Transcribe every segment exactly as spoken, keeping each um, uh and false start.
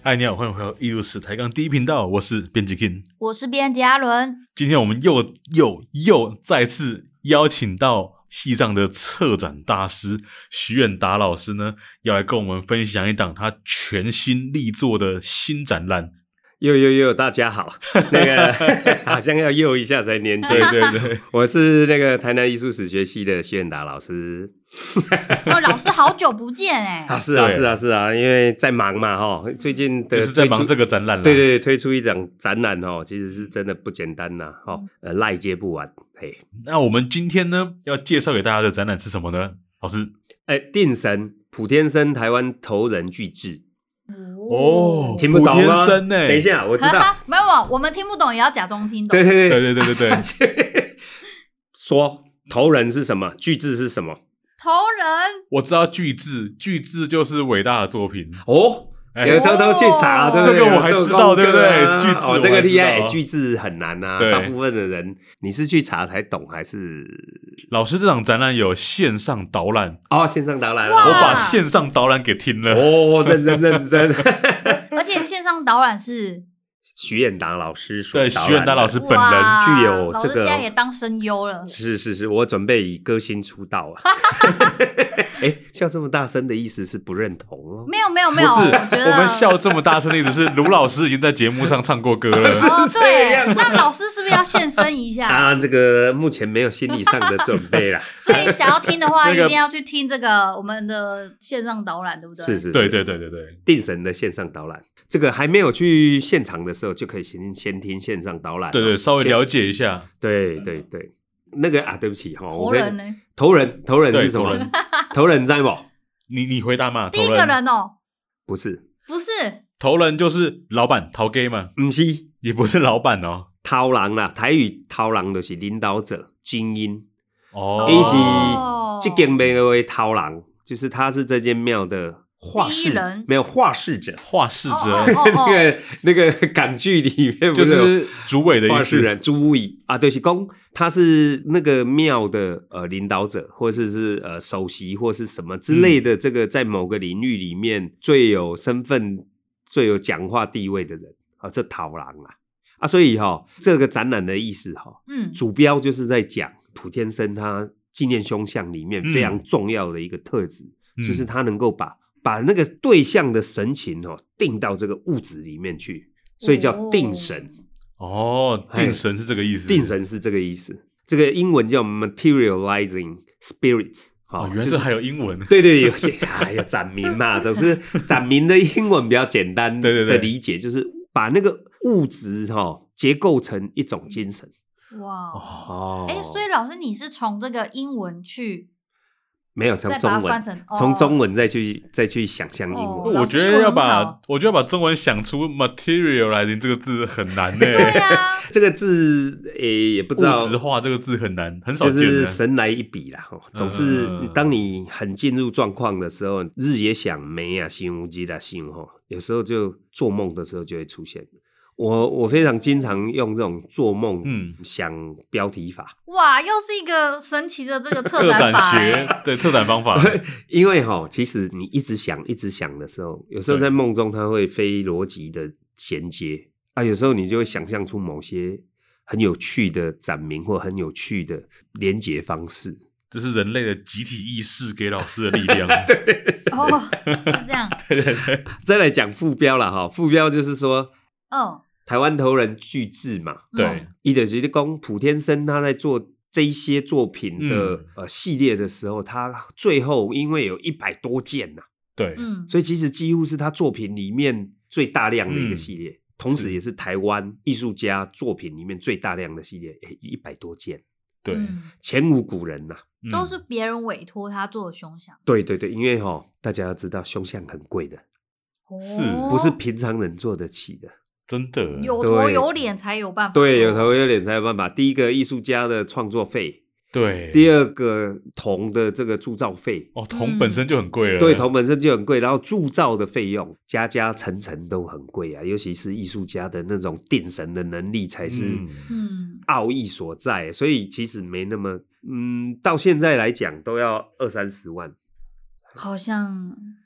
嗨，你好，欢迎回到艺术史抬杠第一频道，我是编辑 King， 我是编辑阿伦。 今天我们又又又再次邀请到系上的策展大师徐远达老师呢，要来跟我们分享一档他全新力作的新展览。 呦呦呦，大家好，那个好像要呦一下才年轻。 对对对， 我是那个台南艺术史学系的徐远达老师。 哦，老师好久不见哎、 啊，是啊，是啊，是啊，因为在忙嘛，哈，最近的就是在忙这个展览啦。 对对对，推出一档展览哦，其实是真的不简单呐，哈，呃，赖接不完。嘿， 那我们今天呢，要介绍给大家的展览是什么呢？老师， 哎，定神普天生台湾头人巨制。 哦， 听不懂吗？ 普天生欸等一下，我知道， 没有，我们听不懂也要假装听懂。 对对对对对对对， 说头人是什么？巨制是什么？ 头人， 我知道巨制，巨制就是伟大的作品。 哦。 哎有偷偷去查，对不对？ 这个我还知道，对不对？巨制哦，这个厉害，巨制很难啊。 对， 大部分的人，你是去查才懂，还是？ 老师，这场展览有线上导览哦，线上导览， 我把线上导览给听了。 哦，认真认真。 而且线上导览是徐远达老师所对，徐远达老师本人具有这个， 老师现在也当声优了。 是是是，我准备以歌星出道啊。哎，笑这么大声的意思是不认同哦？ 没有没有没有， 不是， 我觉得我们笑这么大声的意思是卢老师已经在节目上唱过歌了。 哦，对，那老师是不是要现身一下啊？这个目前没有心理上的准备啦。 所以想要听的话， 那个一定要去听这个我们的线上导览，对不对？ 是是， 对对对对对， 定神的线上导览。这个还没有去现场的时候，就可以先先听线上导览、哦， 对对，稍微了解一下。 对对对，那个啊，对不起哈， 头人呢？ 头人头人是什么？头人在不？ 你你回答嘛？ 第一个人哦， 不是， 不是， 头人就是老板头家嘛？ 不是， 也不是老板哦。 头人啦，台语头人就是领导者、精英哦， 伊是这间庙的头人，就是他是这间庙的。画事人没有画事者， 画事者， 哦哦哦那个那个港剧里面不是就是主委的意思， 画事人主委啊，对，是公，他是那个庙的呃领导者，或者是是呃首席或是什么之类的，这个在某个领域里面最有身份、最有讲话地位的人啊，这头人啦啊，所以哈、哦，这个展览的意思哈、哦， 嗯， 主标就是在讲普天生他纪念胸像里面非常重要的一个特质，嗯、就是他能够把。把那个对象的神情哦定到这个物质里面去，所以叫定神。 哦，定神是这个意思。 定神是这个意思。这个英文叫 materializing spirit。 哦，原来这还有英文。 对对，有些哎呀，展明嘛，总是展明的英文比较简单的理解， 对对对就是把那个物质哈、哦、结构成一种精神。 哇哦， 哎，所以老师你是从这个英文去。 没有从中文，从、 哦、 中文再去再去想象英文。 哦、 我觉得要把我觉得把中文想出 materializing 这个字很难呢、欸。 对啊， 这个字诶也不知道物质化这个字很难，很少见的。 就是神来一笔啦，总是当你很进入状况的时候，日也想，梅啊心无机的心哈，有时候就做梦的时候就会出现。我我非常经常用这种做梦嗯想标题法， 哇，又是一个神奇的这个策展法、欸， 策展学对策展方法。 因为哈，其实你一直想一直想的时候，有时候在梦中它会非逻辑的衔接啊，有时候你就会想象出某些很有趣的展名或很有趣的连结方式。 这是人类的集体意识给老师的力量。 对， 哦，是这样。 对对对， 再来讲副标啦哈，副标就是说。 哦， 台湾头人巨制嘛， 对， 伊就是讲普天生他在做这一些作品的、 嗯、 呃系列的时候，他最后因为有一百多件呐、啊， 对， 嗯， 所以其实几乎是他作品里面最大量的一个系列，嗯、同时也是台湾艺术家作品里面最大量的系列，诶，一百多件， 对， 嗯、 前无古人呐、 啊，都是别人委托他做的胸像。 对对对，因为哈、哦，大家要知道胸像很贵的， 是不是平常人做得起的？ 真的有头有脸才有办法， 对，有头有脸才有办法。第一个艺术家的创作费， 对； 第二个铜的这个铸造费， 哦，铜本身就很贵了， 对，铜本身就很贵，然后铸造的费用家家层层都很贵啊，尤其是艺术家的那种定神的能力才是嗯奥义所在，所以其实没那么嗯，到现在来讲都要二三十万， 好像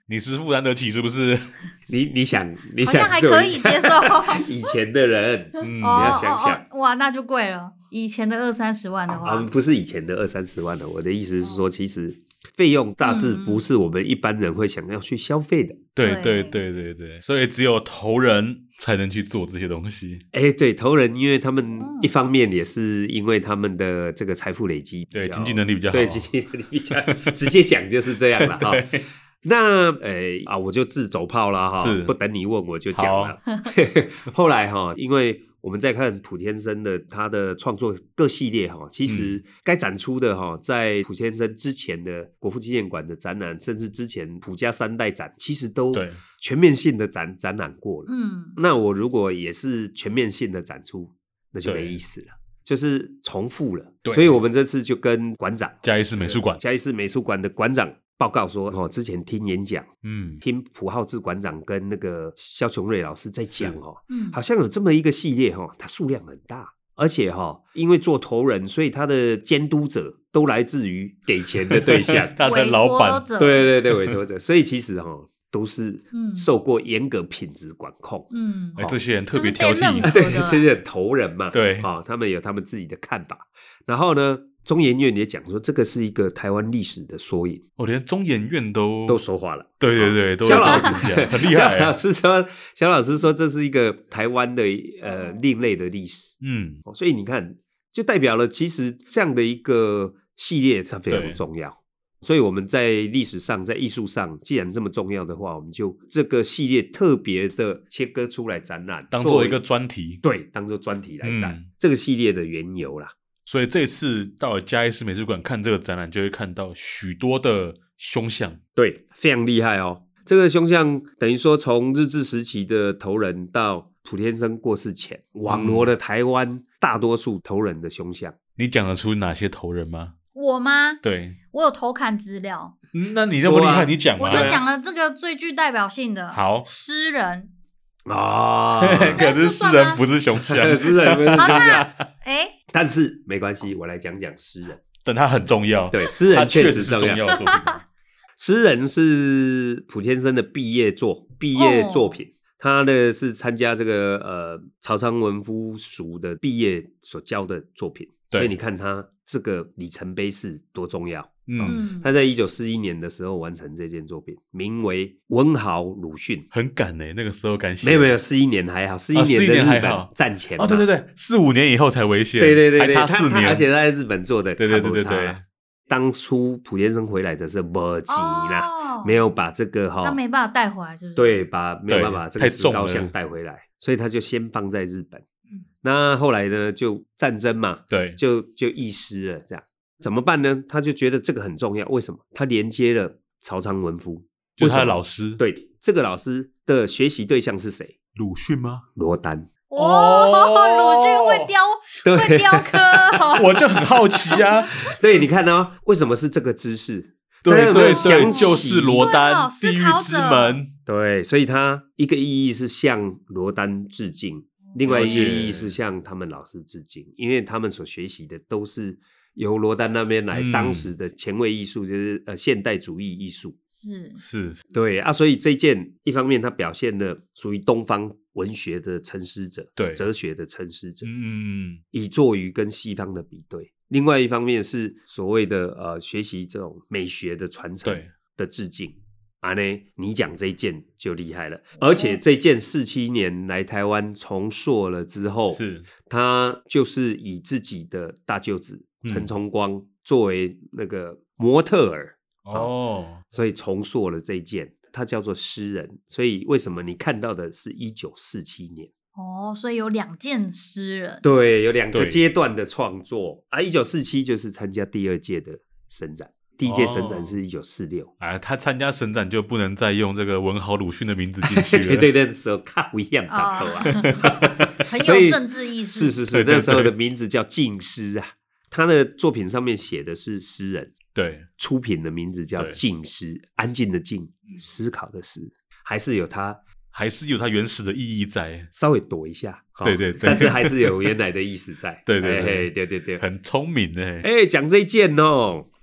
你是负担得起是不是？ 你你想你好像想做还可以接受。 以前的人， 嗯， 你要想想哦哦哦，哇，那就贵了。以前的二三十万的话， 啊，不是以前的二三十万的。我的意思是说，其实费用大致不是我们一般人会想要去消费的。 对对对对对对，所以只有头人才能去做这些东西。 哎，对，头人，因为他们嗯一方面也是因为他们的这个财富累积比较， 对经济能力比较好对经济能力比较，直接讲就是这样了哈。那呃啊，我就自走炮了哈， 是不等你问我就讲了。后来哈，因为我们在看普天生的他的创作各系列哈，其实该展出的哈，在普天生之前的国父纪念馆的展览，甚至之前普家三代展，其实都对全面性的展展览过了。 嗯， 那我如果也是全面性的展出，那就没对意思了，就是重复了。 对所以我们这次就跟馆长嘉义市美术馆， 嘉义市美术馆的馆长报告说，哦，之前听演讲， 嗯， 听朴浩志馆长跟那个肖琼瑞老师在讲是哦， 嗯好像有这么一个系列哈、哦，它数量很大，而且哈、哦，因为做头人，所以他的监督者都来自于给钱的对象， 他的老板， 者对对对，委托者，所以其实哈、哦，都是嗯受过严格品质管控。 嗯， 哎，这些人特别就是被认挑剔， 啊，对， 可的这些人头人嘛， 对啊、他们有他们自己的看法。然后呢，中研院也讲说，这个是一个台湾历史的缩影， 我连中研院都都说话了。 对对对，都肖老师都是这样很厉肖害欸， 老师说，肖老师说这是一个台湾的呃另类的历史， 嗯， 哦所以你看，就代表了其实这样的一个系列它非常对重要。所以我们在历史上，在艺术上，既然这么重要的话，我们就这个系列特别的切割出来展览，作为当做一个专题。 对，当做专题来展、 嗯这个系列的缘由啦。 所以这次到了嘉义市美术馆看这个展览，就会看到许多的胸像。 对，非常厉害哦。这个胸像等于说从日治时期的头人到普天生过世前，网罗了台湾大多数头人的胸像。 你讲得出哪些头人吗？ 我吗？ 对， 我有偷看资料， 嗯那你那么厉害， 说啊你讲嘛我。就讲了这个最具代表性的好诗人。 啊， 可是诗人不是熊像， 诗人不是胸好，那像， 哎， 但是没关系，我来讲讲诗人。 但他很重要。 对，诗他人确确实是实重要。 重要的作品。 诗人是普天生的毕业作，毕业作品。他呢是参加这个呃曹昌文夫塾的毕业所教的作品， 对所以你看他这个里程碑是多重要。 嗯， 嗯， 他在一九四一年的时候完成这件作品，名为《文豪鲁迅》。 很赶诶，那个时候敢写。 没有没有，四一年还好，四一年 41 的年还日本好战前嘛哦，对对对，四五年以后才违宪， 对对对对， 还差他他四年， 而且他在日本做的， 对对对对对看不差，当初普天生回来的是没急啦， 哦没有把这个哈， 他没办法带回来，是不是？， 对，把没有对办法把这个石太重了膏像带回来，所以他就先放在日本。 嗯那后来呢，就战争嘛， 对， 就就遗失了，这样怎么办呢？他就觉得这个很重要，为什么？他连接了曹昌文夫， 就是他的为什么老师，， 对，这个老师的学习对象是谁？ 鲁迅吗？ 罗丹。 哦， 哦鲁迅会雕， 对会雕刻哦， 我就很好奇啊。 对，你看哦，为什么是这个姿势？大家对有没有对对， 想起就是罗对丹哦 《地狱思考者之门》。 对，所以它一个意义是向罗丹致敬，另外一个了解意义是向他们老师致敬，因为他们所学习的都是由罗丹那边来嗯当时的前卫艺术，就是呃现代主义艺术。 是， 是， 对啊，所以这一件一方面它表现了属于东方文学的沉思者， 对哲学的沉思者， 嗯， 以作于跟西方的比对。另外一方面是所谓的呃学习这种美学的传承对的致敬。啊呢，你讲这一件就厉害了，而且这件四七年来台湾重塑了之后， 是， 他就是以自己的大舅子嗯陈崇光作为那个模特儿， 哦， 所以重塑了这一件，他叫做诗人。所以为什么你看到的是一九四七年？ 哦，所以有两件诗人， 对，有两个对阶段的创作啊。一九四七就是参加第二届的省展，第一届省展是一九四六。 哎，他参加省展就不能再用这个文豪鲁迅的名字进去了。 对对，那时候看不一样大头啊， 很所以有政治意识。 是是是， 对对那时候的对名字叫静诗啊。他的作品上面写的是诗人， 对出品的名字叫对静诗，安静的静，思考的思，还是有他还是有它原始的意义在， 稍微躲一下，哦对对对但是还是有原来的意思在。 对对对嘿嘿对对对。 很聪明哎。 哎，讲这一件哦，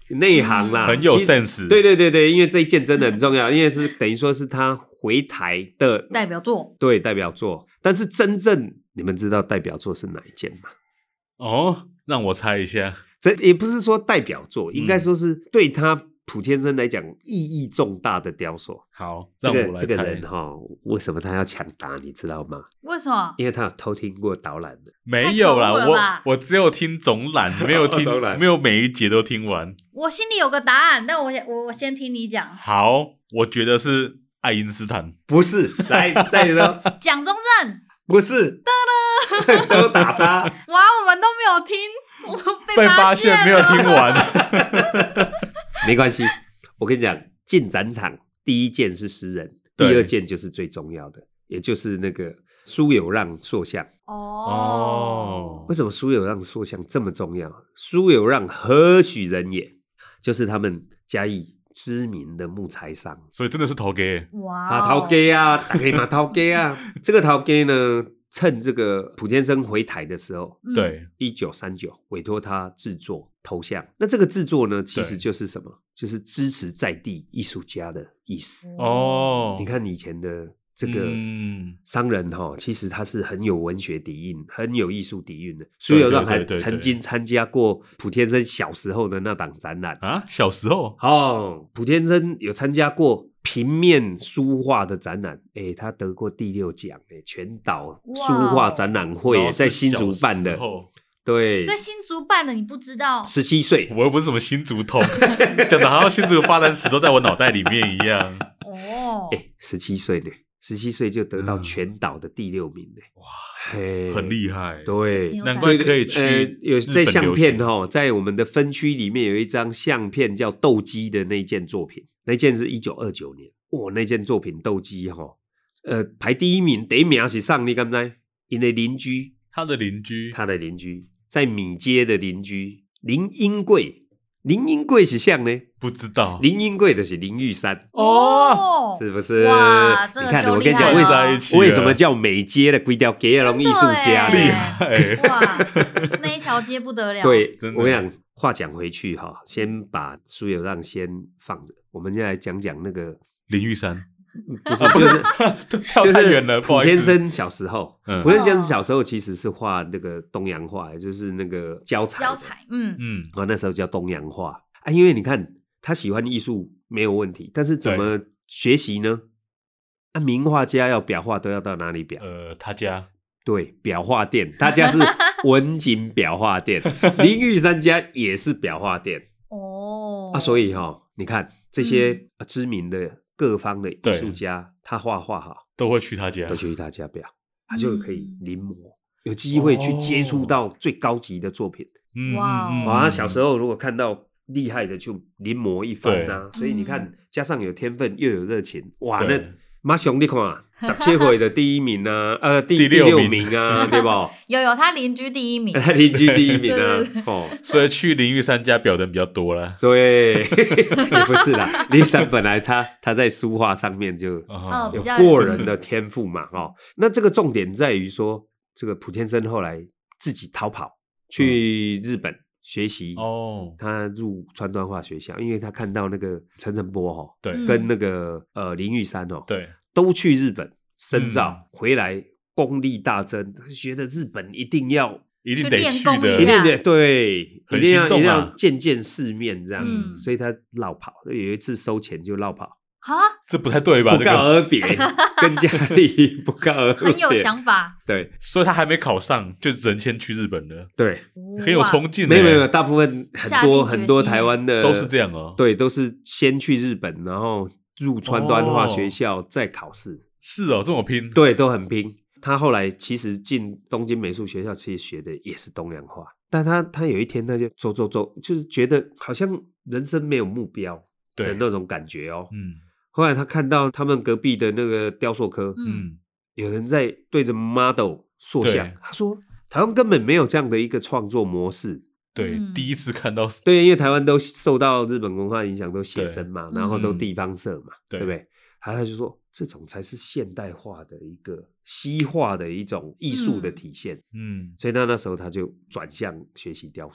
内行啦， 很有其 sense。 对对对对，因为这一件真的很重要，因为是等于说是他回台的代表作， 对代表作。但是真正你们知道代表作是哪一件吗？ 哦，让我猜一下。 这也不是说代表作， 嗯应该说是对他普天生来讲意义重大的雕塑。 好， 这让我来猜。 个这个人哈、哦，为什么他要抢答？你知道吗？ 为什么？ 因为他有偷听过导览的。 没有啦， 太可恶了吧我我只有听总览，没有听总览没有每一节都听完。 我心里有个答案，但我我我先听你讲。 好，我觉得是爱因斯坦。 不是，来再说， 蒋中正， 不是，都打叉。 哇，我们都没有听，我们被被发现现没有听完。 没关系，我跟你讲，进展场第一件是诗人，第对二件就是最重要的，也就是那个苏有让塑像。 哦， 为什么苏有让塑像这么重要？苏有让何许人也？就是他们嘉义知名的木材商。 所以真的是头给。 哇、哦， 啊，头家啊，大家嘛头家啊。这个头家呢，趁这个普天生回台的时候， 嗯， 对， 一九三九委托他制作头像。那这个制作呢，其实对就是什么？就是支持在地艺术家的意思。 哦， 你看以前的这个嗯商人哈、哦，其实他是很有文学底蕴、很有艺术底蕴的。苏有让还对对对对曾经参加过普天生小时候的那档展览。 啊，小时候哦，普天生有参加过平面书画的展览，诶，他得过第六奖，诶，全岛书画展览会然后是在新竹办的小时，候对， 在新竹办的，你不知道？ 十七岁， 我又不是什么新竹通，讲的好像新竹的发展史都在我脑袋里面一样。 哦， 哎，十七岁呢，十七岁就得到嗯全岛的第六名呢， 哇， 嘿， 很厉害。 对， 牛难怪可以去呃，有日在相本流行片哈、哦，在我们的分区里面有一张相片叫斗鸡的那件作品，那件是一九二九年，哇，那件作品斗鸡哈、哦，呃，排第一名，第一名是上你敢不知？因为邻居， 他的邻居， 他的邻居在米街的邻居林英贵，林英贵是像呢， 不知道林英贵就是林玉山， 哦， 是不是？ 哇，这个你看， 就我跟你讲， 厉害了为什在一起了么为什么叫美街的规条街龙艺术家真的耶厉呢？ 害。 哇，那一条街不得了。， 对， 真的我跟你讲，话讲回去哈，先把苏有让先放着，我们就来讲讲那个， 林玉山不是不是， 跳太远了，不普好意思。 天生小时候， 嗯普天生小时候其实是画那个东洋画，也就是那个胶彩的， 胶彩，嗯， 嗯， 啊，那时候叫东洋画啊，因为你看他喜欢艺术没有问题，但是怎么学习呢？啊，名画家要裱画都要到哪里裱？ 呃，他家对，裱画店，他家是文景裱画店，林玉山家也是裱画店哦， 啊，所以哈、哦，你看这些、啊知名的各方的艺对术家，他画画好， 都会去他家都。去他家裱，他就可以临摹，有机会去接触到最高级的作品。 嗯哇哦嗯嗯啊，小时候如果看到厉害的，就临摹一番呐、所以你看，加上有天分又有热情，哇， 对那马兄你看啊，十七回的第一名啊，呃，第第六第六名名啊，对不？ 有有他邻居第一名， 他邻居第一名啊对对对， 哦， 所以去林玉山家表的人比较多啦。 对，也不是啦，林山本来他他在书画上面就啊有哦比较过人的天赋嘛，哦，那这个重点在于说，这个普天生后来自己逃跑去日本学习， 哦， 他入川端画学校，因为他看到那个陈澄波哈， 对嗯跟那个呃林玉山哦， 对， 都去日本深造， 嗯回来功力大增，他觉得日本一定要一定得去练去的功一下一定得对， 很一定要心动啊一定要见见世面这样， 嗯所以他绕跑，有一次收钱就绕跑， 哈， 这不太对吧？ 不这个， 告而别，跟家里不告而别， 很有想法， 对所以他还没考上，就人先去日本了， 对， 很有哇冲劲欸。 没有没有，大部分很下定多决心很多台湾的都是这样哦。 对，都是先去日本，然后入川端画学校，再考试。 是哦，这么拼。 对，都很拼。他后来其实进东京美术学校，其实学的也是东洋画，但他他有一天他就走走走，就是觉得好像人生没有目标的对， 那种感觉哦。 嗯后来他看到他们隔壁的那个雕塑科， 嗯， 嗯， 有人在对着 model 塑像对， 他说台湾根本没有这样的一个创作模式。 对， 嗯第一次看到， 对，因为台湾都受到日本文化影响，都写生嘛， 对然后都嗯地方社嘛， 对对不对？然后他就说，这种才是现代化的一个西化的一种艺术的体现。 嗯， 所以他那时候他就转向学习雕塑。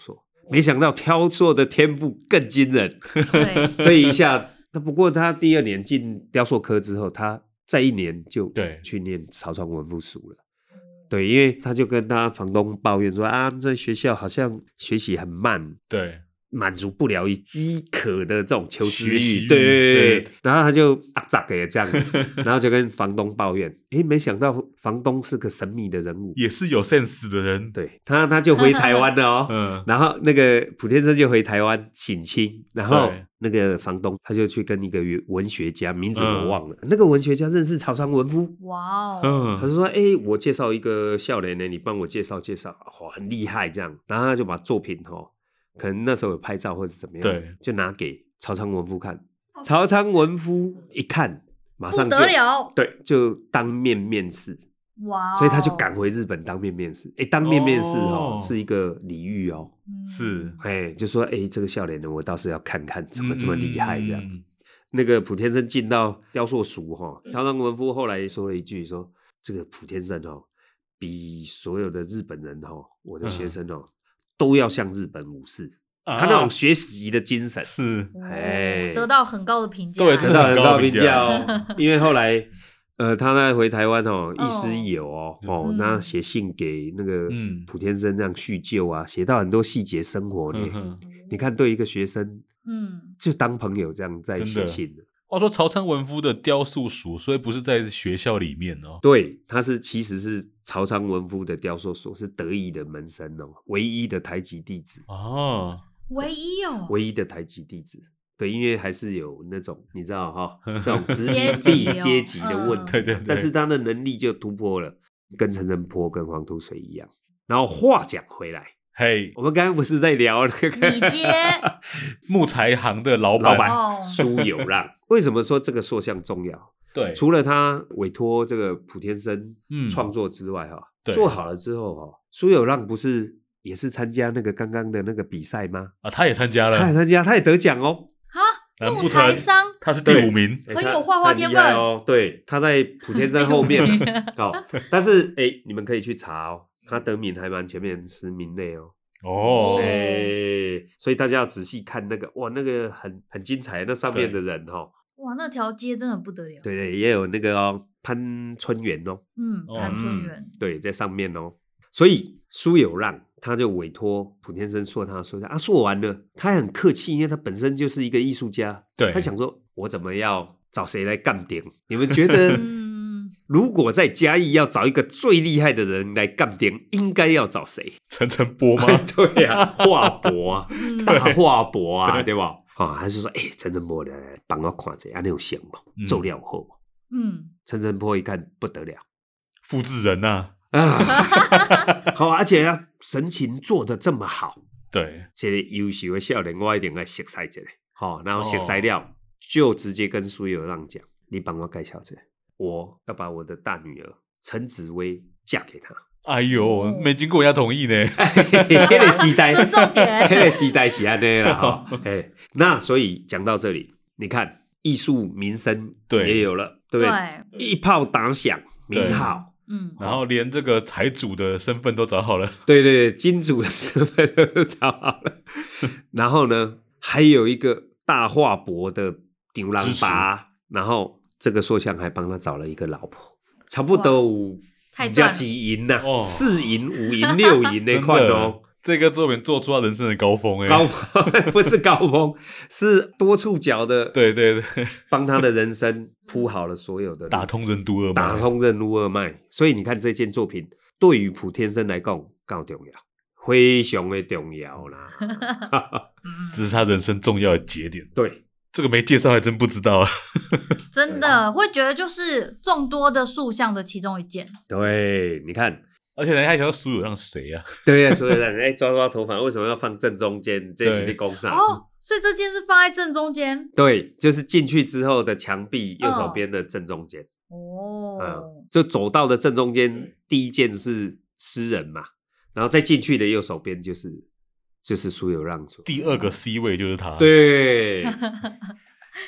没想到挑塑的天赋更惊人， 对， 所以一下，不过他第二年进雕塑科之后，他再一年就对去念曹昌文复署了。对，因为他就跟他房东抱怨说啊，这学校好像学习很慢， 对， 满足不了饥渴的这种求知学习欲欲，对对对对然后他就啊咋给这样，然后就跟房东抱怨，诶，没想到房东是个神秘的人物， 也是有 sense 的人。 对他他就回台湾了哦， 嗯， 然后那个普天生就回台湾省亲，然后对那个房东他就去跟一个文学家，名字我嗯忘了，那个文学家认识曹昌文夫。 哇哦， 嗯他就说：“哎、欸，我介绍一个少年呢，你帮我介绍介绍，哦，很厉害这样。”然后他就把作品哦，可能那时候有拍照或者怎么样， 对， 就拿给曹昌文夫看。曹昌文夫一看，马上不就得了， 对，就当面面试， 哇哦， 所以他就赶回日本当面面试。哎、欸，当面面试哦， 哦是一个礼遇哦。 嗯是哎，就说哎、欸，这个少年呢，我倒是要看看怎么这么厉害这样。 嗯那个普天生进到雕塑署哈，曹昌文夫后来说了一句说：“这个普天生哦，比所有的日本人哦，我的学生哦，嗯、都要像日本武士。 啊他那种学习的精神是， 哎， 得到很高的评价， 对得到很高的评价很高哦。因为后来呃，他在回台湾哦，亦师亦友哦， 嗯哦，那写信给那个嗯普天生这样叙旧啊，写到很多细节生活里。 嗯哼你看，对一个学生， 嗯， 就当朋友这样在真的写信的。 话说曹昌文夫的雕塑署，所以不是在学校里面哦。 对，他是其实是曹昌文夫的雕塑所是得意的门生哦，唯一的台籍弟子， 哦， 唯一哦， 唯一的台籍弟子。对，因为还是有那种你知道哈、哦，这种殖民阶级哦地阶级的问题， 对对对但是他的能力就突破了，跟陈澄波跟黄土水一样。然后话讲回来， 嘿， 我们刚刚不是在聊那个李杰木材行的老板， 老板哦苏有让？为什么说这个塑像重要？ 对， 除了他委托这个普天生嗯创作之外，哈、 对做好了之后，哈，苏有让不是也是参加那个刚刚的那个比赛吗？ 啊，他也参加了， 他也参加，他也得奖哦。 哈，木难不成材商他是第五名？ 欸他很有画画天分他很厉害哦。对，他在普天生后面哦，但是哎、欸，你们可以去查哦，他得名还蛮前面十名内哦。 哦哎、，欸，所以大家要仔细看那个，哇，那个很很精彩，那上面的人哦， 哇，那条街真的不得了， 对对，也有那个哦，潘春元哦， 嗯， 哦潘春元， 对，在上面哦。所以苏有让他就委托普天生塑他说啊，塑完了，他很客气，因为他本身就是一个艺术家， 对他想说，我怎么要找谁来干点？你们觉得， 嗯， 如果在嘉义要找一个最厉害的人来干点，应该要找谁？ 陈澄波吗？ 对呀、啊，华博啊， 嗯大华博啊，对吧？啊，还是说，哎、欸，陈澄波来帮我看一下，安尼有像吗？ 嗯做料好吗？ 嗯， 陈澄波一看不得了。 复制人呐、 啊，好，而且啊，神情做的这么好， 对， 这个优秀的少年，我一定要熟悉一下。好，然后熟悉哦了，就直接跟苏有让讲，你帮我介绍一下，我要把我的大女儿陈紫薇嫁给他。 哎呦，没经过人家同意呢。 那个时代， 这重点那个时代是安尼啦哈。哎，那所以讲到这里，你看艺术民生对也有了，对不对？ 对， 一炮打响，名号。 嗯， 然后连这个财主的身份都找好了。 对对对，金主的身份都找好了。然后呢，还有一个大画伯的牛郎支持拔，然后这个塑像还帮他找了一个老婆，差不多有加太赚了， 几银呐哦， 四银、五银、六银那真块哦。 的，这个作品做出他人生的高峰哎、 高不是高峰，是多触角的， 对对对， 帮他的人生铺好了所有的路打通任督二脉， 打通任督二脉。所以你看这件作品，对于普天生来讲，够重要，非常的重要啦。 嗯这是他人生重要的节点。 对， 这个没介绍还真不知道啊。 真的会觉得就是众多的塑像的其中一件， 对，你看， 而且人还想到苏有让谁啊？ 对呀，所以人哎抓抓头发，为什么要放正中间？这是你工上。 哦，所以这件是放在正中间， 对，就是进去之后的墙壁右手边的正中间。 哦， 嗯，就走道的正中间，第一件是诗人嘛，然后再进去的右手边就是就是苏有让所。 第二个 C 位就是他。， 对，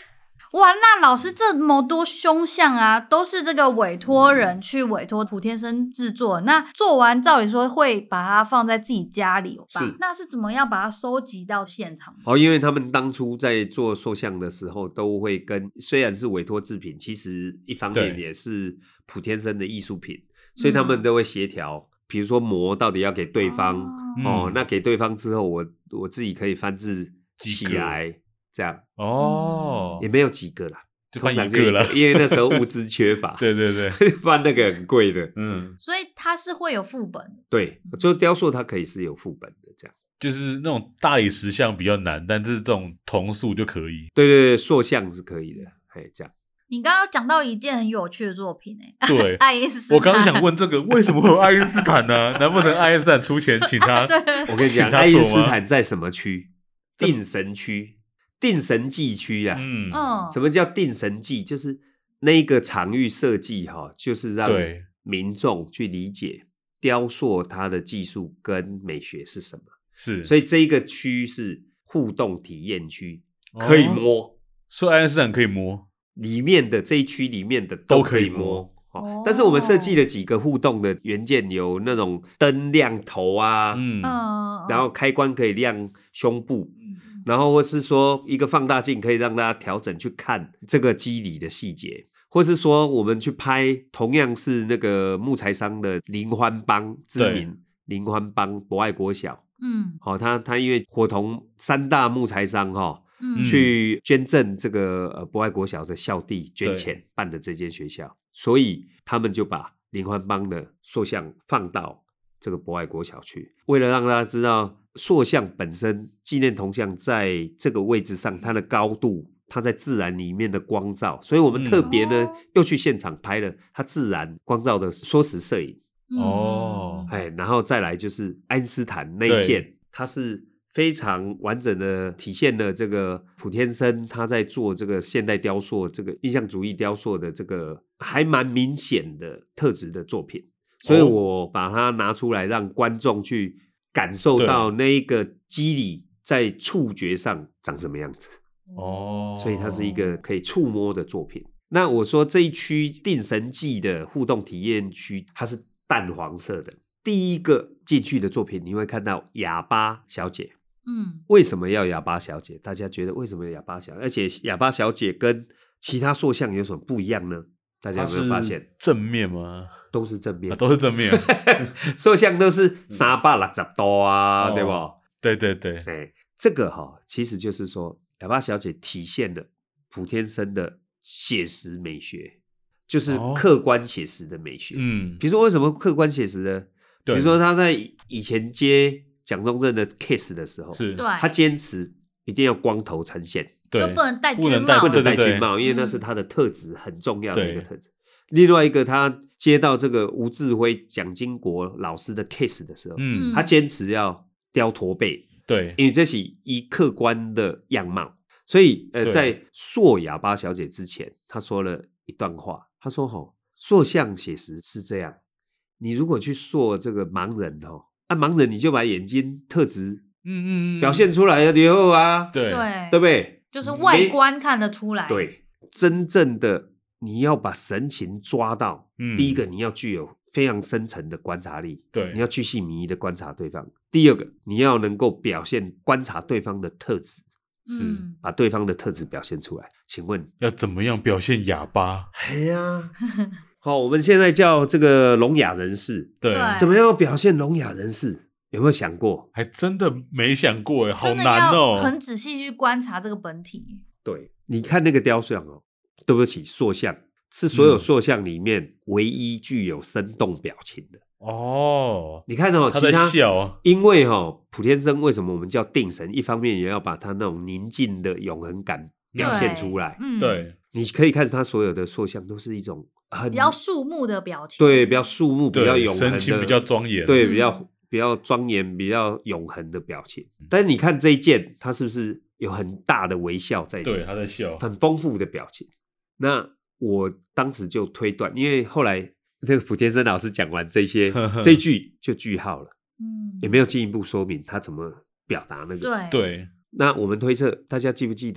哇，那老师这么多凶相啊，都是这个委托人去委托普天生制作，那做完照理说会把它放在自己家里吧？ 是， 那是怎么样把它收集到现场？ 哦，因为他们当初在做塑像的时候，都会跟虽然是委托制品，其实一方面也是普天生的艺术品，所以他们都会协调，比如说模到底要给对方、 哦哦、 嗯那给对方之后，我我自己可以翻制起来，这样哦， 也没有几个啦， 就翻通常就一个啦因为那时候物资缺乏， 对对对， 翻那个很贵的， 嗯， 所以它是会有副本的。 对，就雕塑它可以是有副本的这样。 就是那种大理石像比较难，但是这种铜塑就可以。 对对对，塑像是可以的，嘿，这样。 你刚刚讲到一件很有趣的作品诶、欸， 对爱因斯坦。 我刚刚想问这个，为什么会有爱因斯坦呢？难不成爱因斯坦出钱请他？ 我跟你讲， 请他爱因做吗斯坦在什么区？定神区、定神纪区啊。 嗯， 嗯， 什么叫定神纪？就是那一个场域设计哈，就是让对民众去理解雕塑它的技术跟美学是什么。 是， 所以这一个区是互动体验区，可以摸。 所以爱因斯坦可以摸。 里面的这一区里面的都可以可以摸摸。哦哦但是我们设计了几个互动的元件，有那种灯亮头啊， 嗯， 嗯， 然后开关可以亮胸部， 嗯然后或是说一个放大镜可以让大家调整去看这个肌理的细节，或是说我们去拍同样是那个木材商的林欢邦知名林欢邦博爱国小， 嗯好、哦，他他因为伙同三大木材商哈、哦。 嗯， 去捐赠这个呃博爱国小的校地捐钱办的这间学校，所以他们就把林欢邦的塑像放到这个博爱国小去，为了让大家知道塑像本身纪念铜像在这个位置上它的高度，它在自然里面的光照，所以我们特别呢、 哦又去现场拍了它自然光照的缩时摄影， 嗯哦哎，然后再来就是爱因斯坦那一件，它是非常完整的体现了这个普天生他在做这个现代雕塑、这个印象主义雕塑的这个还蛮明显的特质的作品，所以我把它拿出来让观众去感受到那一个肌理在触觉上长什么样子。 哦， 所以它是一个可以触摸的作品。那我说这一区定神纪的互动体验区，它是淡黄色的。第一个进去的作品，你会看到哑巴小姐。 嗯， 为什么要哑巴小姐？大家觉得为什么哑巴小姐？而且哑巴小姐跟其他塑像有什么不一样呢？大家有没有发现？ 正面吗？ 都是正面， 啊、都是正面。 塑像都是三百六十度啊， 哦对不？ 对对对， 哎，这个哈、哦，其实就是说，哑巴小姐体现了普天生的写实美学，就是客观写实的美学。 哦、嗯， 比如说为什么客观写实呢？比如说他在以前接蒋中正的 case 的时候， 是， 对， 他坚持一定要光头呈现， 对， 就不能戴军不能戴帽， 不能戴对对对军帽，因为那是他的特质，很重要的一个对特质。另外一个，他接到这个吴志辉、蒋经国老师的 case 的时候， 嗯， 他坚持要雕驼背， 对， 因为这是以客观的样貌。所以，呃， 对在塑哑巴小姐之前，他说了一段话，他说：“吼，塑像写实是这样，你如果去塑这个盲人哦，啊，盲人你就把眼睛特质， 嗯嗯嗯， 表现出来了以后啊， 对对对不对？ 就是外观看得出来， 对，真正的你要把神情抓到， 嗯第一个你要具有非常深层的观察力， 对你要巨细靡遗的观察对方。第二个，你要能够表现观察对方的特质。” 是、 嗯把对方的特质表现出来。请问要怎么样表现哑巴？ 哎呀，好，我们现在叫这个聋哑人士， 对， 对怎么样表现聋哑人士？有没有想过？ 还真的没想过哎，好真的难哦。 要很仔细去观察这个本体。 对，你看那个雕像哦，对不起，塑像是所有塑像里面唯一具有生动表情的。 哦， 你看哦， 他在其他笑， 因为哦，普天生为什么我们叫定神？一方面也要把他那种宁静的永恒感表现出来。 嗯， 对， 你可以看他所有的塑像都是一种很比较肃穆的表情， 对，比较肃穆、比较对永恒的， 神情比较庄严， 对， 嗯比较比较庄严、比较永恒的表情。但是你看这一件，他是不是有很大的微笑在里面？ 对，他在笑， 很丰富的表情。那我当时就推断，因为后来那个普天生老师讲完这些这一句就句号了， 嗯， 也没有进一步说明他怎么表达那个。 对对， 那我们推测，大家记不记得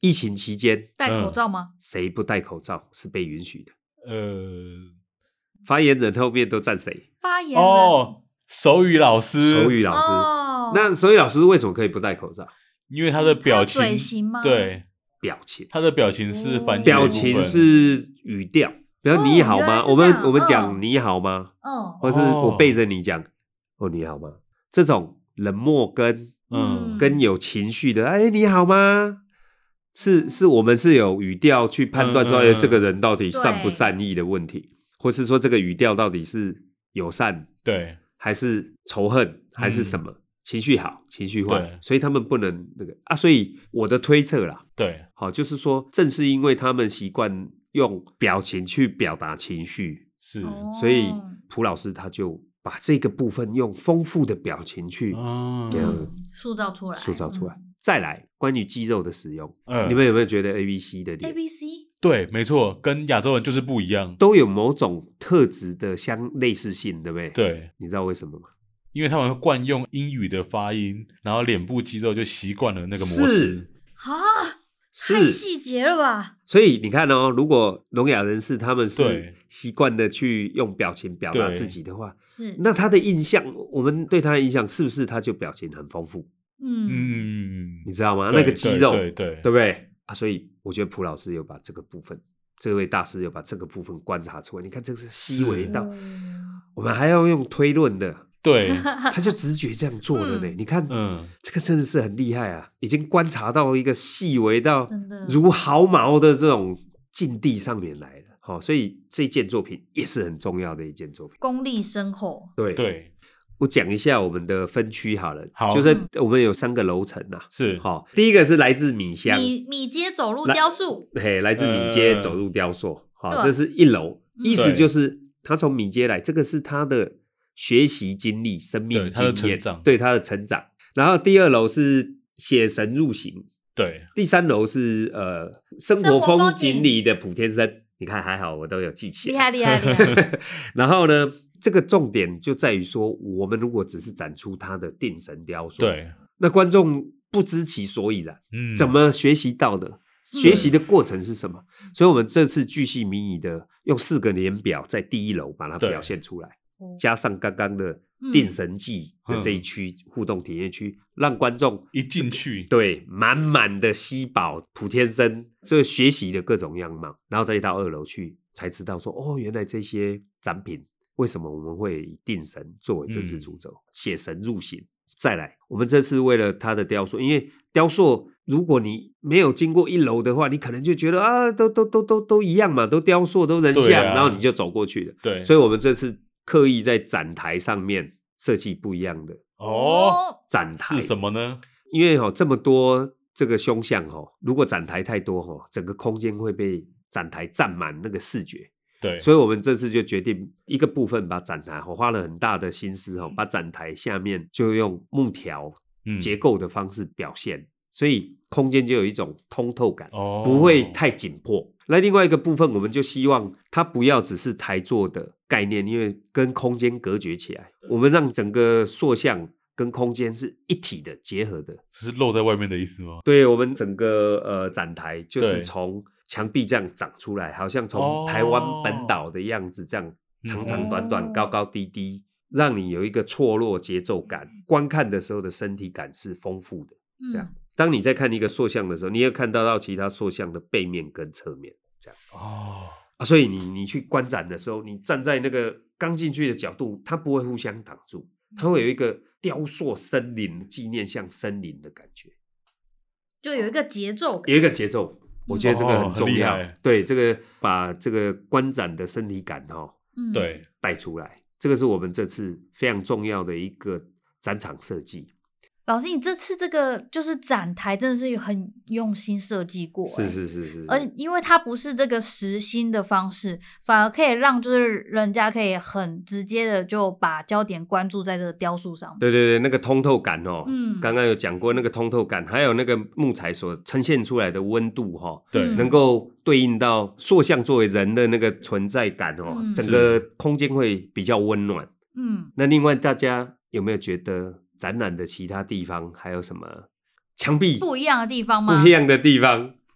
疫情期间戴口罩吗？ 谁不戴口罩是被允许的？ 呃， 发言人后面都站谁？ 发言人哦，手语老师， 手语老师。 哦， 那手语老师为什么可以不戴口罩？ 因为他的表情， 他的嘴型吗对， 表情， 他的表情是翻译的一表部分情是语调。比如你好吗？ 哦原来是我们这样我们讲嗯你好吗？ 嗯， 或是我背着你讲哦你好吗？这种冷漠跟嗯跟有情绪的，哎你好吗？是是我们是有语调去判断说，哎、 嗯嗯嗯这个人到底善不对善意的问题，或是说这个语调到底是友善对还是仇恨还是什么、情绪好情绪坏对， 所以他们不能那个啊。所以我的推测啦， 对， 好，就是说正是因为他们习惯用表情去表达情绪， 是， 哦所以蒲老师他就把这个部分用丰富的表情去嗯嗯塑造出来， 塑造出来。 嗯再来，关于肌肉的使用， 嗯你们有没有觉得 A B C 的 ，A 脸 B C 对，没错，跟亚洲人就是不一样， 都有某种特质的相类似性，对不对？， 对， 你知道为什么吗？ 因为他们会惯用英语的发音，然后脸部肌肉就习惯了那个模式是， 啊，太是， 细节了吧？ 所以你看哦，如果聋哑人士他们是对习惯的去用表情表达对自己的话， 是， 那他的印象，我们对他的印象是不是他就表情很丰富？ 嗯嗯， 你知道吗？ 对那个肌肉， 对对对对不对啊？所以我觉得蒲老师有把这个部分，这位大师有把这个部分观察出来。你看，这个是细微到哦我们还要用推论的， 对， 他就直觉这样做了呢。 嗯你看， 嗯， 这个真的是很厉害啊，已经观察到一个细微到真的如毫毛的这种境地上面来了。好、所以这件作品也是很重要的一件作品。 功力深厚， 对， 对， 我讲一下我们的分区好了， 好就是我们有三个楼层呐、 是， 好、第一个是来自米香， 米米街走路来雕塑， 嘿，来自米街呃走入雕塑，好、 对这是一楼， 嗯意思对就是他从米街来，这个是他的学习经历、生命对他的经验， 成长对他的成长。然后第二楼是写神入行， 对， 第三楼是呃生生活风活风景景里的普天生。你看还好，我都有记起来。 厉害厉害厉害， 然后呢，这个重点就在于说，我们如果只是展出他的定神雕塑，， 对， 那观众不知其所以然。 嗯， 怎么学习到的？学习的过程是什么？所以，我们这次巨细靡遗的用四个年表在第一楼把它对表现出来， 哦加上刚刚的定神记的这一区、互动体验区，让观众一进去， 对满满的吸饱普天生这个学习的各种样貌，然后再到二楼去，才知道说哦，原来这些展品为什么我们会以定神作为这次主轴，写、神入行。再来，我们这次为了它的雕塑，因为雕塑如果你没有经过一楼的话，你可能就觉得啊，都都都都都一样嘛，都雕塑都人像， 对啊然后你就走过去了。 对， 所以我们这次刻意在展台上面设计不一样的哦， 展台是什么呢？ 因为哦这么多这个凶相哦，如果展台太多哦，整个空间会被展台占满那个视觉。 对， 所以我们这次就决定一个部分把展台，我花了很大的心思哦，把展台下面就用木条嗯结构的方式表现，所以空间就有一种通透感， 哦， 不会太紧迫。那另外一个部分，我们就希望它不要只是台座的概念，因为跟空间隔绝起来，我们让整个塑像跟空间是一体的结合的。 只是露在外面的意思吗？ 对，我们整个呃展台就是对从墙壁这样长出来，好像哦从台湾本岛的样子，这样长长短短、 嗯高高低低，让你有一个错落节奏感。观看的时候的身体感是丰富的。这样，当你在看一个塑像的时候，你也看到到其他塑像的背面跟侧面，这样哦， 啊。所以你你去观展的时候，你站在那个刚进去的角度，它不会互相挡住，它会有一个雕塑森林、纪念像森林的感觉， 就有一个节奏感， 有一个节奏。我觉得这个很重要， 哦很厉害对这个把这个观展的身体感哦嗯， 对， 带出来，这个是我们这次非常重要的一个展场设计。 老师，你这次这个就是展台真的是很用心设计过， 是是是是， 而因为它不是这个实心的方式，反而可以让就是人家可以很直接的就把焦点关注在这个雕塑上面。 对对对，那个通透感哦， 嗯刚刚有讲过那个通透感，还有那个木材所呈现出来的温度哈、哦， 对嗯能够对应到塑像作为人的那个存在感哦， 嗯整个空间会比较温暖。 嗯， 那另外大家有没有觉得展览的其他地方还有什么墙壁不一样的地方吗？ 不一样的地方？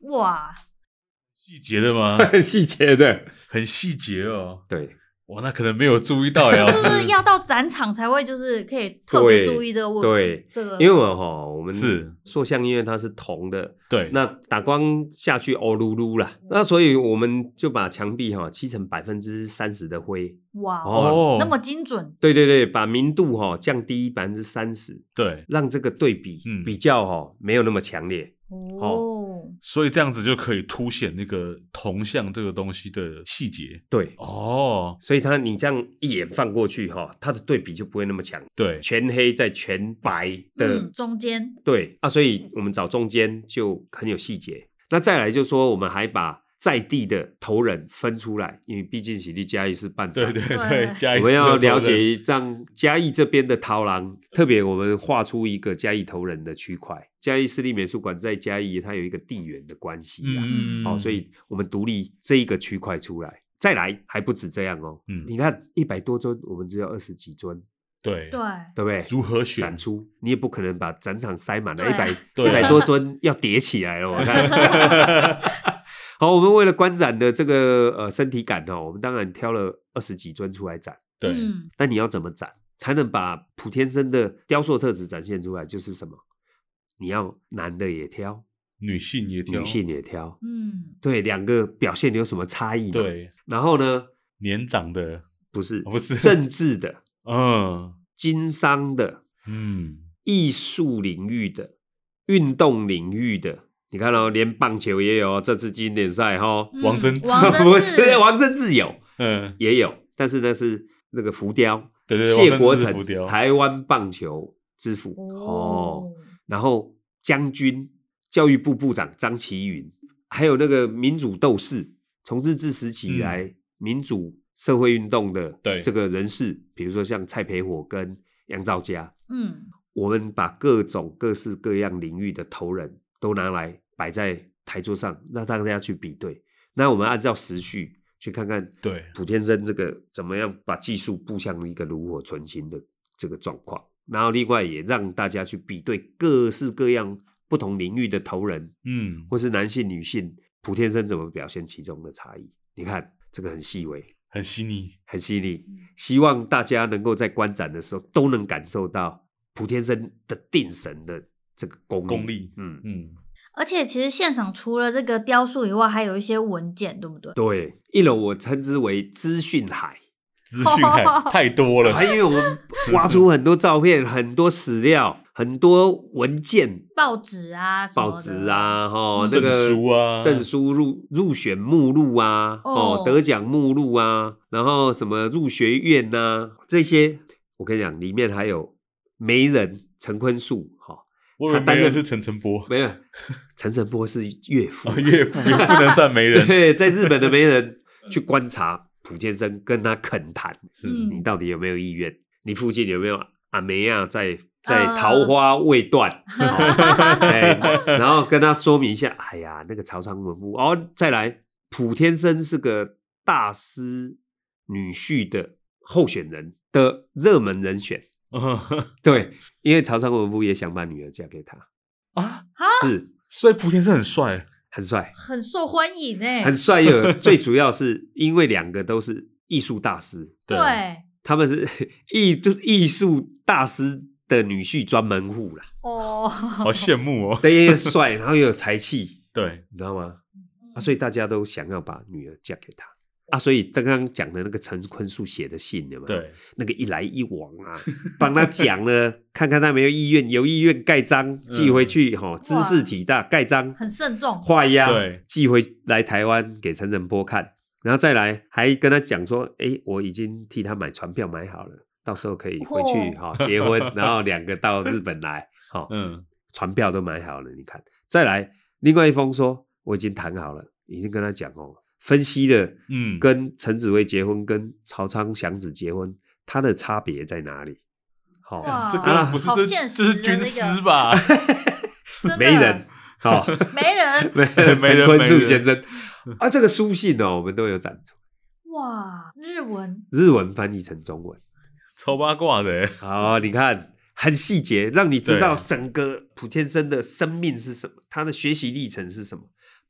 哇， 细节的吗？ 很细节的， 很细节哦。 对。 哇，那可能没有注意到呀。 是不是要到展场才会就是可以特别注意这个问题？ 对， 这个因为我哈，我们是塑像因为它是铜的， 对， 那打光下去哦噜噜啦，那所以我们就把墙壁哈漆成百分之三十的灰。 哇哦， 那么精准。 对对对，把明度哈降低百分之三十， 对， 让这个对比嗯比较哈没有那么强烈。 哦， 所以这样子就可以凸显那个铜像这个东西的细节。 对， 哦， 所以它你这样一眼放过去哈，它的对比就不会那么强。 对， 全黑在全白的、 嗯、中间， 对啊，所以我们找中间就很有细节。那再来就是说，我们还把在地的头人分出来，因为毕竟喜力嘉义是办展， 对对对，嘉义我们要了是有头人解让嘉义这边的陶廊，特别我们画出一个嘉义头人的区块。嘉义市立美术馆在嘉义，它有一个地缘的关系啊， 嗯， 好、哦，所以我们独立这一个区块出来。再来还不止这样哦， 嗯你看一百多尊，我们只有二十几尊， 对对对不对？ 如何选展出，你也不可能把展场塞满了， 对啊一百对啊一百多尊要叠起来了，我看。好，我们为了观展的这个呃身体感哦，我们当然挑了二十几尊出来展。 对， 嗯那你要怎么展才能把普天生的雕塑特质展现出来？就是什么？你要男的也挑， 女性也挑， 女性也挑， 嗯， 对，两个表现有什么差异？， 对， 然后呢， 年长的不是哦不是政治的、 嗯经商的、 嗯， 艺术领域的、运动领域的。你看哦，连棒球也有这次经典赛哈， 嗯王贞治王贞不治是王贞治有嗯， 也有，但是那是那个浮雕， 对对对谢国成王贞治是浮雕台湾棒球之父哦，然后将军教育部部长张其云，还有那个民主斗士，从日治时期以来、 嗯、 民主社会运动的对这个人士，比如说像蔡培火跟杨兆嘉， 嗯， 我们把各种各式各样领域的头人都拿来摆在台桌上，让大家去比对。那我们按照时序去看看， 对普天生这个怎么样把技术步向一个炉火纯青的这个状况，然后另外也让大家去比对各式各样不同领域的头人， 嗯， 或是男性、女性，普天生怎么表现其中的差异？你看这个很细微， 很细腻， 很细腻。希望大家能够在观展的时候都能感受到普天生的定神的这个功力。 功力， 嗯嗯， 而且其实现场除了这个雕塑以外，还有一些文件，对不对？ 对，一楼我称之为资讯海。 资讯海太多了， 啊，因为我们挖出很多照片、很多史料、很多文件、 报纸啊、什么的报纸啊，哈、 嗯那个证书啊证书入入选目录啊， 哦哦，得奖目录啊，然后什么入学院呐、啊，这些我跟你讲，里面还有媒人陈坤树，哈、 我以为他担任媒人是陈澄波， 没有，陈澄波是岳父， 哦岳父也不能算媒人， 对，在日本的媒人去观察普天生，跟他恳谈， 是嗯你到底有没有意愿？你附近有没有阿梅亚在在桃花未断？哦哎然后跟他说明一下，哎呀，那个曹昌文夫哦，再来，普天生是个大师女婿的候选人的热门人选。对，因为曹昌文夫也想把女儿嫁给他， 啊， 是， 所以莆田是很帅， 很帅。 很受欢迎哎、 很帅又最主要是因为两个都是艺术大师， 对， 他们是艺艺术大师的女婿专门户啦。 哦， 好羡慕哦。 对，又帅，然后又有才气， 对， 你知道吗？啊，所以大家都想要把女儿嫁给他啊。所以刚刚讲的那个陈坤树写的信，有没有？ 对， 那个一来一往啊，帮他讲了，看看他没有意愿，有意愿盖章寄回去，哈、知识体大盖章， 很慎重。 画押， 对， 寄回来台湾给陈澄波看，然后再来还跟他讲说，哎，我已经替他买船票买好了，到时候可以回去哈、 哦结婚，然后两个到日本来，哈、 嗯， 船票都买好了，你看，再来另外一封说我已经谈好了，已经跟他讲哦，分析了， 嗯跟陈子薇结婚跟曹昌祥子结婚，它的差别在哪里？好、 哇这个不是这好现实这是军的那个师吧？ 真的没人，好、 没人， 没人， 没人陈坤树没人先生啊，这个书信哦，我们都有展出， 哇，日文日文翻译成中文。 超八卦的耶， 好，你看很细节，让你知道对整个普天生的生命是什么，他的学习历程是什么，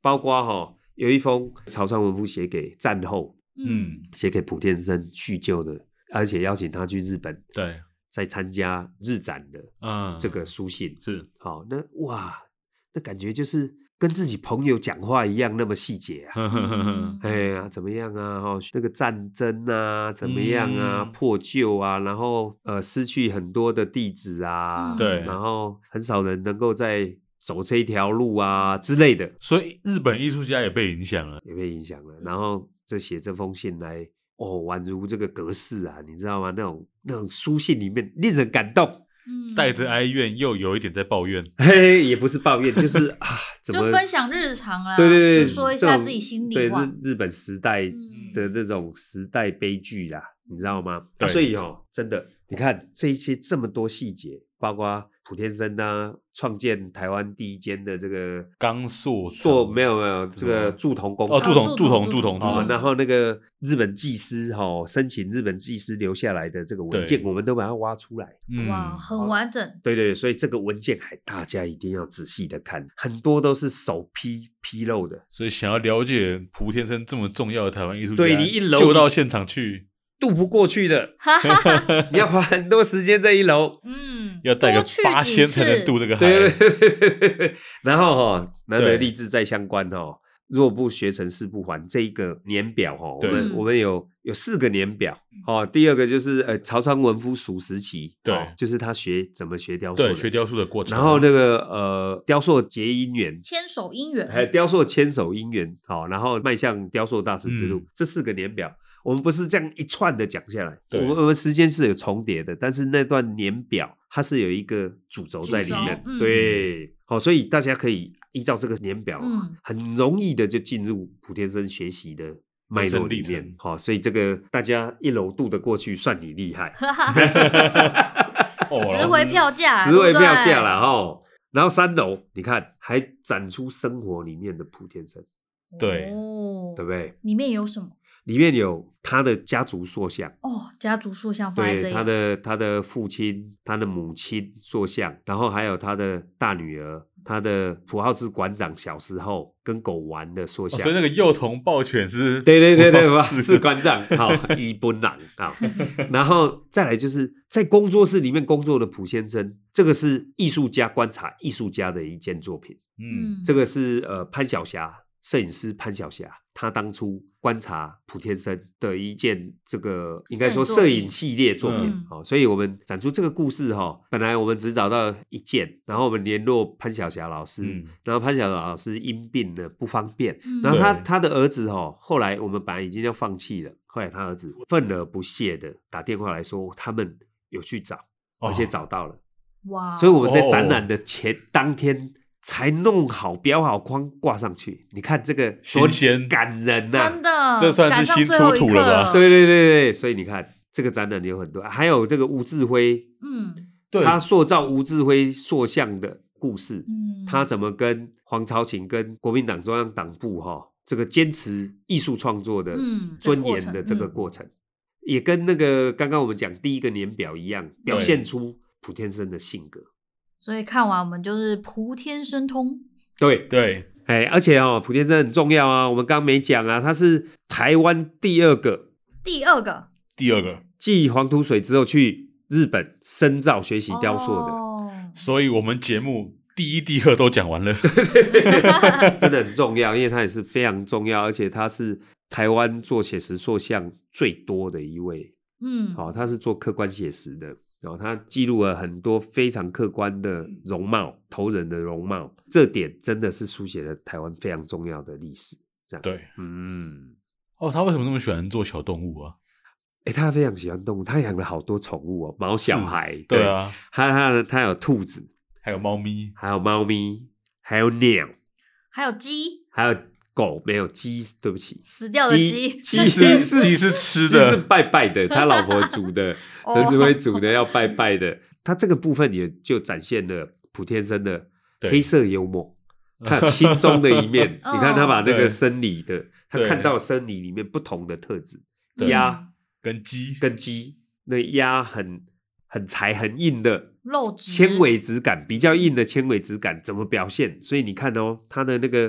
包括哈、哦、有一封曹川文夫写给战后， 嗯， 写给普天生叙旧的，而且邀请他去日本， 对， 在参加日展的嗯， 这个书信， 是， 好，那哇，那感觉就是跟自己朋友讲话一样，那么细节啊。 呵呵呵呵， 哎呀，怎么样啊？哈、哦，那个战争啊，怎么样啊？ 嗯破旧啊，然后呃，失去很多的弟子啊， 嗯对然后很少人能够再走这一条路啊之类的， 所以日本艺术家也被影响了。 也被影响了。然后这写这封信来，哦，宛如这个格式啊，你知道吗？那种那种书信里面令人感动。 嗯带着哀怨，又有一点在抱怨。 嘿，也不是抱怨，就是啊，怎么就分享日常啦， 对对对， 就说一这种下自己心里对话。 日日本时代嗯的那种时代悲剧啦，你知道吗？ 对啊、所以哦，真的，你看这一些这么多细节，包括普天生啊，创建台湾第一间的这个钢塑做没有没有这个铸铜工哦， 厂铸铜铸铸铜铸铜铸铜哦， 铜铸铜， 然后那个日本技师哈、哦，申请日本技师留下来的这个文件， 对我们都把它挖出来。 嗯哇，很完整。 对对对，所以这个文件还大家一定要仔细的看，很多都是首批披露的。 所以想要了解蒲天生这么重要的台湾艺术家， 对你一楼就到现场去， 渡不过去的， 哈哈哈， 你要花很多时间在一楼。 嗯， 要带个多去八几仙才能次渡这个海。 对对对，然后哈、哦，难得对立志在相关哦，若不学成誓不还这一个年表哦，我对们我们有有四个年表哦。第二个就是呃曹昌文夫蜀时期， 对哦就是他学怎么学雕塑的， 对，学雕塑的过程。 然后那个呃雕塑结姻缘。 牵手姻缘， 还有雕塑牵手姻缘，好、然后迈向雕塑大师之路， 嗯这四个年表，我们不是这样一串的讲下来， 对我们我们时间是有重叠的，但是那段年表它是有一个主轴在里面， 主轴嗯对，好、所以大家可以依照这个年表， 嗯很容易的就进入普天生学习的脉人生历络里面程， 好、所以这个大家一楼渡得过去，算你厉害， 哈哈哈， 哦值回票价， 值回对不对票价啦哦。然后三楼你看还展出生活里面的普天生， 对哦， 对不对？ 里面有什么？ 里面有他的家族塑像， 哦，家族塑像放在这里， 对他的他的父亲、他的母亲塑像，然后还有他的大女儿、他的普浩之馆长小时候跟狗玩的塑像。 哦所以那个幼童抱拳是， 对对对对，哇， 是是馆长，好，伊本郎啊，然后再来就是在工作室里面工作的普先生，这个是艺术家观察艺术家的一件作品， 嗯， 这个是呃潘晓霞摄影师潘晓霞，他当初观察普天生的一件这个应该说摄影系列作品， 嗯好、所以我们展出这个故事哈、哦，本来我们只找到一件，然后我们联络潘晓霞老师， 嗯然后潘晓霞老师因病呢不方便， 嗯然后他对他的儿子哦，后来我们本来已经要放弃了，后来他儿子愤而不屑的打电话来说，他们有去找， 哦而且找到了， 哇， 所以我们在展览的前、当天才弄好标好框挂上去。你看这个多新鲜感人呐、 真的， 这算是赶上新最后一刻出土了吧对对对对，所以你看这个展览有很多，还有这个吴志辉， 嗯对， 他塑造吴志辉塑像的故事， 嗯， 他怎么跟黄朝琴跟国民党中央党部哈、哦、这个坚持艺术创作的嗯尊严的这个嗯过程，也跟那个刚刚我们讲第一个年表一样，表现出普天生的性格。 所以看完我们就是普天生通， 对， 对， 哎，而且哦，普天生很重要啊，我们刚刚没讲啊，他是台湾第二个第二个第二个， 继黄土水之后去日本深造学习雕塑的， 哦所以我们节目第一、第二都讲完了。 真的很重要，因为他也是非常重要，而且他是台湾做写实塑像最多的一位。 嗯， 好、他是做客观写实的，然后他记录了很多非常客观的容貌、头人的容貌，这点真的是书写了台湾非常重要的历史。这样， 对， 嗯， 哦，他为什么那么喜欢做小动物啊？ 哎，他非常喜欢动物，他养了好多宠物哦，毛小孩， 对啊， 他他他有兔子， 还有猫咪， 还有猫咪，还有鸟， 还有鸡， 还有狗，没有鸡，对不起， 死掉的鸡， 鸡是是鸡是吃鸡是的， 拜拜的，他老婆煮的， 哦陈志辉煮的要拜拜的。他这个部分也就展现了普天生的对黑色幽默，他有轻松的一面。 哦你看他把那对个生理的，他对看到生理里面不同的特质， 对鸭跟鸡， 跟鸡，那鸭很很柴很硬的肉质纤维质感，比较硬的纤维质感怎么表现？所以你看哦，它的那个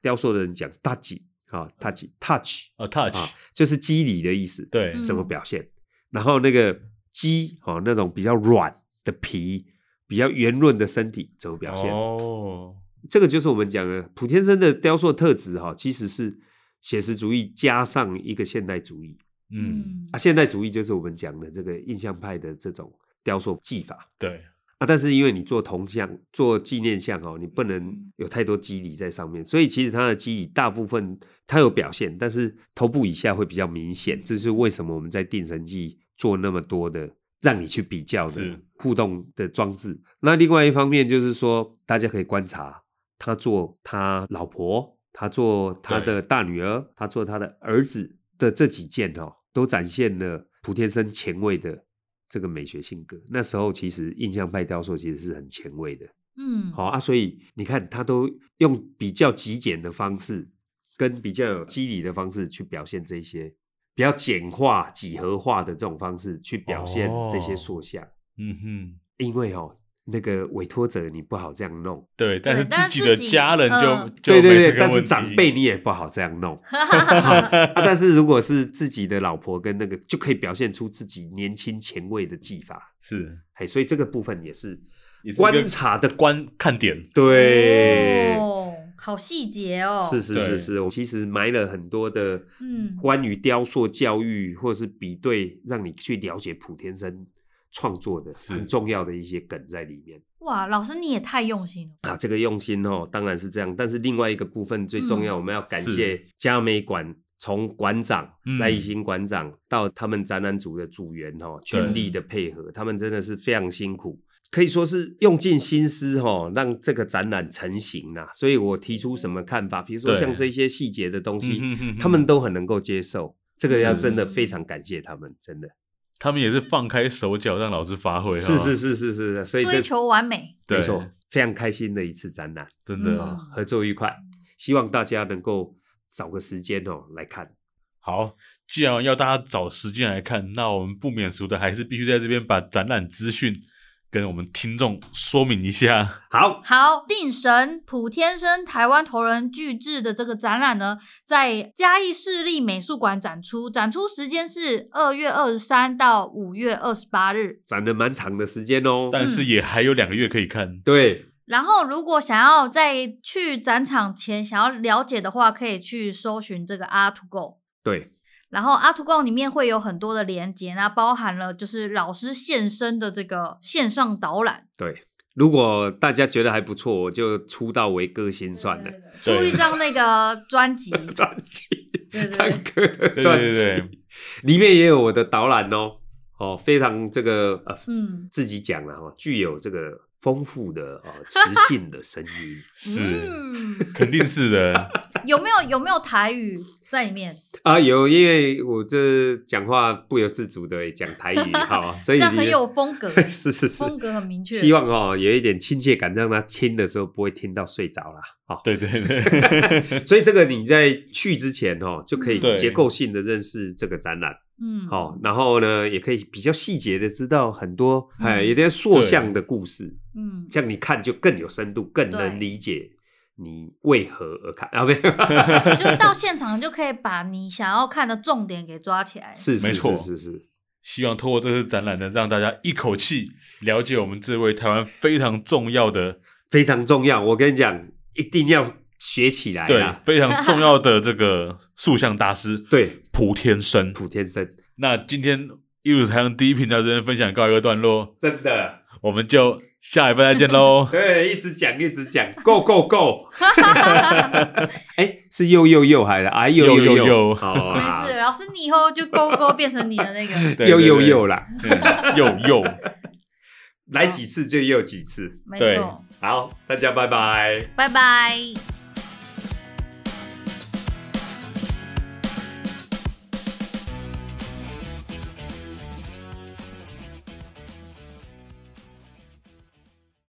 雕塑的人讲 touch 啊 touch touch 啊 touch 啊，就是肌理的意思， 对， 嗯怎么表现？然后那个肌哦，那种比较软的皮，比较圆润的身体怎么表现？ 哦， 这个就是我们讲的普天生的雕塑特质哈，其实是写实主义加上一个现代主义嗯， 啊，现代主义就是我们讲的这个印象派的这种雕塑技法对， 啊，但是因为你做铜像、做纪念像哦，你不能有太多肌理在上面，所以其实它的肌理大部分它有表现，但是头部以下会比较明显，这是为什么我们在定神祭做那么多的让你去比较的是互动的装置。那另外一方面就是说，大家可以观察他做他老婆，他做他的大女儿，他做他的儿子的这几件哦，都展现了普天生前卫的这个美学性格。那时候其实印象派雕塑其实是很前卫的， 嗯， 好啊，所以你看他都用比较极简的方式，跟比较有肌理的方式去表现这些比较简化、几何化的这种方式去表现这些塑像。 嗯哼， 因为哦，那个委托者你不好这样弄， 对，但是但自己的是自己家人就嗯就对对对，但没这个问题， 是长辈你也不好这样弄。啊但是如果是自己的老婆跟那个，就可以表现出自己年轻前卫的技法。 是嘿，所以这个部分也是也是一个观察的观看点， 对。 哦，好细节哦， 是是对是是，我其实埋了很多的嗯关于雕塑教育或者是比对，让你去了解普天生创作的是很重要的一些梗在里面哇，老师你也太用心了， 啊。这个用心哦，当然是这样，但是另外一个部分最重要， 嗯我们要感是谢嘉美馆。从馆长嗯赖一新馆长到他们展览组的组员哦，全力的配合，他们真的是非常辛苦，可以说是用尽心思哦，让这个展览成型啦。所以我提出什么看法，比如说对像这些细节的东西， 嗯哼哼哼他们都很能够接受。这个要是真的非常感谢他们，真的他们也是放开手脚让老师发挥， 是是是， 是是是，所以这追求完美， 对没错，非常开心的一次展览真的、 嗯合作愉快，希望大家能够找个时间哦来看。 好，既然要大家找时间来看，那我们不免俗的还是必须在这边把展览资讯跟我们听众说明一下。 好， 好，定神普天生台湾头人巨制的这个展览呢，在嘉义市立美术馆展出，展出时间是二月二十三到五月二十八日。 展了蛮长的时间哦。 但是也还有两个月可以看。 对， 然后，如果想要在去展场前想要了解的话，可以去搜寻这个 R to Go。 对， 然后 R to Go 里面会有很多的连结，那包含了就是老师现身的这个线上导览， 对，如果大家觉得还不错，我就出道为歌星算了。 出一张那个专辑， 专辑， 对对唱歌的对专辑， 对对， 里面也有我的导览哦，哦，非常这个呃， 嗯， 自己讲了哈，具有这个丰富的呃磁性的声音。 是、 嗯肯定是的。 有没有有没有台语在里面？ 啊，有，因为我这讲话不由自主的讲台语哈，所以这样很你有风格， 是是是， 风格很明确。 希望哦有一点亲切感，让他听的时候不会听到睡着啦。哦， 对对对， 所以这个你在去之前哦，就可以嗯对结构性的认识这个展览。 嗯， 好、然后呢，也可以比较细节的知道很多嗯哎，有点塑像的故事， 嗯， 这样你看就更有深度，更能对理解你为何而看啊？不， 就到现场就可以把你想要看的重点给抓起来。 是是没错是是是， 希望透过这次展览呢，让大家一口气了解我们这位台湾非常重要的， 非常重要。我跟你讲，一定要学起来对， 啦。 非常重要的这个塑像大师对， 蒲天生。 普天生那今天艺术台上第一频道这边分享告一个段落， 真的。 我们就下礼拜再见喽。 对，一直讲一直讲，Go Go Go！哎，是又又又还是哎又又又又又哦， 没事，老师你以后就勾勾变成你的那个， 对又又又啦， 对又又， 来几次就又几次。 没对错。 好，大家拜拜。 拜拜。